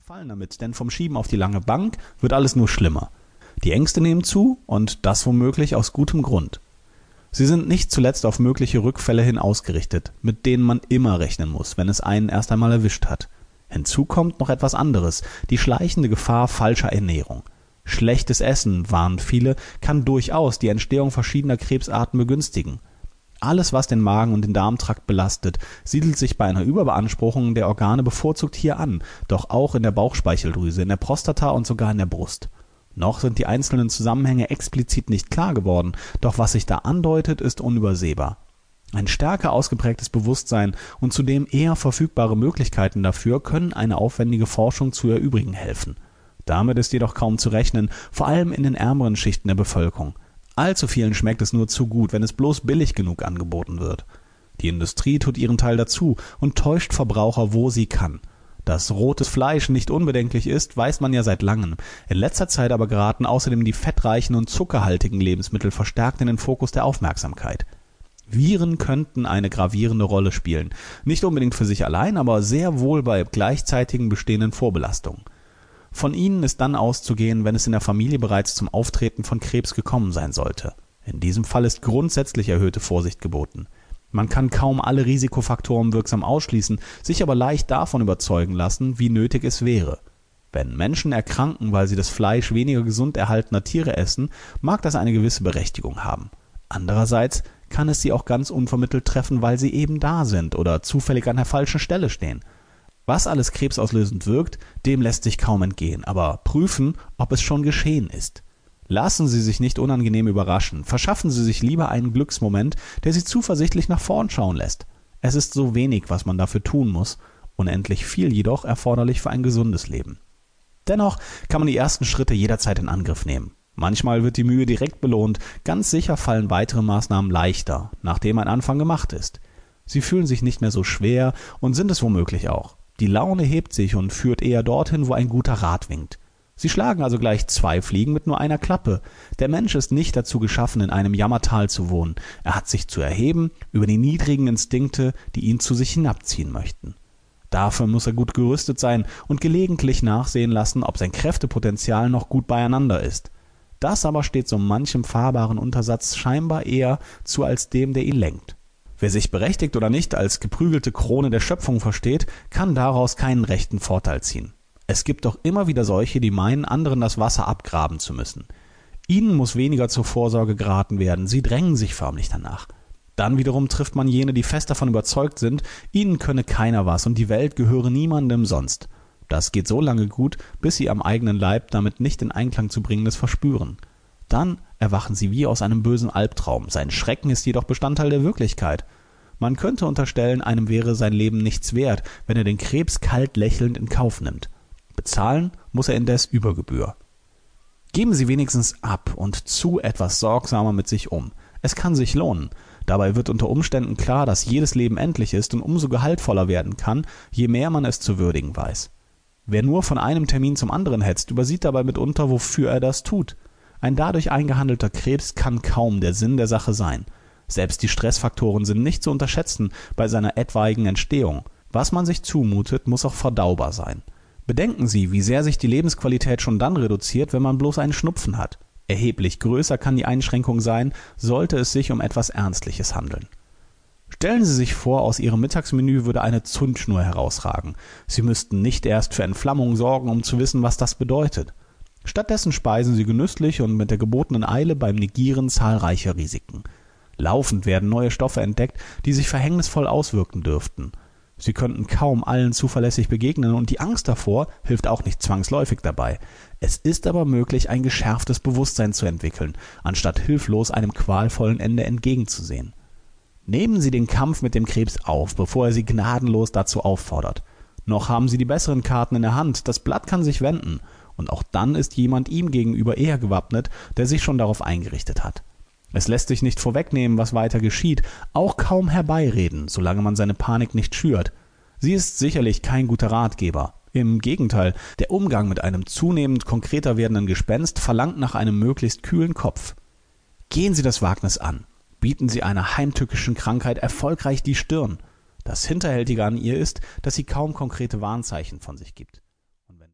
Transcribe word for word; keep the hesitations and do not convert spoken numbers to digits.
verfallen damit, denn vom Schieben auf die lange Bank wird alles nur schlimmer. Die Ängste nehmen zu und das womöglich aus gutem Grund. Sie sind nicht zuletzt auf mögliche Rückfälle hin ausgerichtet, mit denen man immer rechnen muss, wenn es einen erst einmal erwischt hat. Hinzu kommt noch etwas anderes, die schleichende Gefahr falscher Ernährung. Schlechtes Essen, warnen viele, kann durchaus die Entstehung verschiedener Krebsarten begünstigen. Alles, was den Magen und den Darmtrakt belastet, siedelt sich bei einer Überbeanspruchung der Organe bevorzugt hier an, doch auch in der Bauchspeicheldrüse, in der Prostata und sogar in der Brust. Noch sind die einzelnen Zusammenhänge explizit nicht klar geworden, doch was sich da andeutet, ist unübersehbar. Ein stärker ausgeprägtes Bewusstsein und zudem eher verfügbare Möglichkeiten dafür können eine aufwendige Forschung zu erübrigen helfen. Damit ist jedoch kaum zu rechnen, vor allem in den ärmeren Schichten der Bevölkerung. Allzu vielen schmeckt es nur zu gut, wenn es bloß billig genug angeboten wird. Die Industrie tut ihren Teil dazu und täuscht Verbraucher, wo sie kann. Dass rotes Fleisch nicht unbedenklich ist, weiß man ja seit langem. In letzter Zeit aber geraten außerdem die fettreichen und zuckerhaltigen Lebensmittel verstärkt in den Fokus der Aufmerksamkeit. Viren könnten eine gravierende Rolle spielen. Nicht unbedingt für sich allein, aber sehr wohl bei gleichzeitigen bestehenden Vorbelastungen. Von ihnen ist dann auszugehen, wenn es in der Familie bereits zum Auftreten von Krebs gekommen sein sollte. In diesem Fall ist grundsätzlich erhöhte Vorsicht geboten. Man kann kaum alle Risikofaktoren wirksam ausschließen, sich aber leicht davon überzeugen lassen, wie nötig es wäre. Wenn Menschen erkranken, weil sie das Fleisch weniger gesund erhaltener Tiere essen, mag das eine gewisse Berechtigung haben. Andererseits kann es sie auch ganz unvermittelt treffen, weil sie eben da sind oder zufällig an der falschen Stelle stehen. Was alles krebsauslösend wirkt, dem lässt sich kaum entgehen, aber prüfen, ob es schon geschehen ist. Lassen Sie sich nicht unangenehm überraschen, verschaffen Sie sich lieber einen Glücksmoment, der Sie zuversichtlich nach vorn schauen lässt. Es ist so wenig, was man dafür tun muss, unendlich viel jedoch erforderlich für ein gesundes Leben. Dennoch kann man die ersten Schritte jederzeit in Angriff nehmen. Manchmal wird die Mühe direkt belohnt, ganz sicher fallen weitere Maßnahmen leichter, nachdem ein Anfang gemacht ist. Sie fühlen sich nicht mehr so schwer und sind es womöglich auch. Die Laune hebt sich und führt eher dorthin, wo ein guter Rat winkt. Sie schlagen also gleich zwei Fliegen mit nur einer Klappe. Der Mensch ist nicht dazu geschaffen, in einem Jammertal zu wohnen. Er hat sich zu erheben über die niedrigen Instinkte, die ihn zu sich hinabziehen möchten. Dafür muss er gut gerüstet sein und gelegentlich nachsehen lassen, ob sein Kräftepotenzial noch gut beieinander ist. Das aber steht so manchem fahrbaren Untersatz scheinbar eher zu als dem, der ihn lenkt. Wer sich berechtigt oder nicht als geprügelte Krone der Schöpfung versteht, kann daraus keinen rechten Vorteil ziehen. Es gibt doch immer wieder solche, die meinen, anderen das Wasser abgraben zu müssen. Ihnen muss weniger zur Vorsorge geraten werden, sie drängen sich förmlich danach. Dann wiederum trifft man jene, die fest davon überzeugt sind, ihnen könne keiner was und die Welt gehöre niemandem sonst. Das geht so lange gut, bis sie am eigenen Leib damit nicht in Einklang zu bringendes verspüren. Dann erwachen sie wie aus einem bösen Albtraum. Sein Schrecken ist jedoch Bestandteil der Wirklichkeit. Man könnte unterstellen, einem wäre sein Leben nichts wert, wenn er den Krebs kalt lächelnd in Kauf nimmt. Bezahlen muss er indes über Gebühr. Geben Sie wenigstens ab und zu etwas sorgsamer mit sich um. Es kann sich lohnen. Dabei wird unter Umständen klar, dass jedes Leben endlich ist und umso gehaltvoller werden kann, je mehr man es zu würdigen weiß. Wer nur von einem Termin zum anderen hetzt, übersieht dabei mitunter, wofür er das tut. Ein dadurch eingehandelter Krebs kann kaum der Sinn der Sache sein. Selbst die Stressfaktoren sind nicht zu unterschätzen bei seiner etwaigen Entstehung. Was man sich zumutet, muss auch verdaubar sein. Bedenken Sie, wie sehr sich die Lebensqualität schon dann reduziert, wenn man bloß einen Schnupfen hat. Erheblich größer kann die Einschränkung sein, sollte es sich um etwas Ernstliches handeln. Stellen Sie sich vor, aus Ihrem Mittagsmenü würde eine Zündschnur herausragen. Sie müssten nicht erst für Entflammung sorgen, um zu wissen, was das bedeutet. Stattdessen speisen Sie genüsslich und mit der gebotenen Eile beim Negieren zahlreicher Risiken. Laufend werden neue Stoffe entdeckt, die sich verhängnisvoll auswirken dürften. Sie könnten kaum allen zuverlässig begegnen und die Angst davor hilft auch nicht zwangsläufig dabei. Es ist aber möglich, ein geschärftes Bewusstsein zu entwickeln, anstatt hilflos einem qualvollen Ende entgegenzusehen. Nehmen Sie den Kampf mit dem Krebs auf, bevor er Sie gnadenlos dazu auffordert. Noch haben Sie die besseren Karten in der Hand, das Blatt kann sich wenden. Und auch dann ist jemand ihm gegenüber eher gewappnet, der sich schon darauf eingerichtet hat. Es lässt sich nicht vorwegnehmen, was weiter geschieht, auch kaum herbeireden, solange man seine Panik nicht schürt. Sie ist sicherlich kein guter Ratgeber. Im Gegenteil, der Umgang mit einem zunehmend konkreter werdenden Gespenst verlangt nach einem möglichst kühlen Kopf. Gehen Sie das Wagnis an. Bieten Sie einer heimtückischen Krankheit erfolgreich die Stirn. Das Hinterhältige an ihr ist, dass sie kaum konkrete Warnzeichen von sich gibt.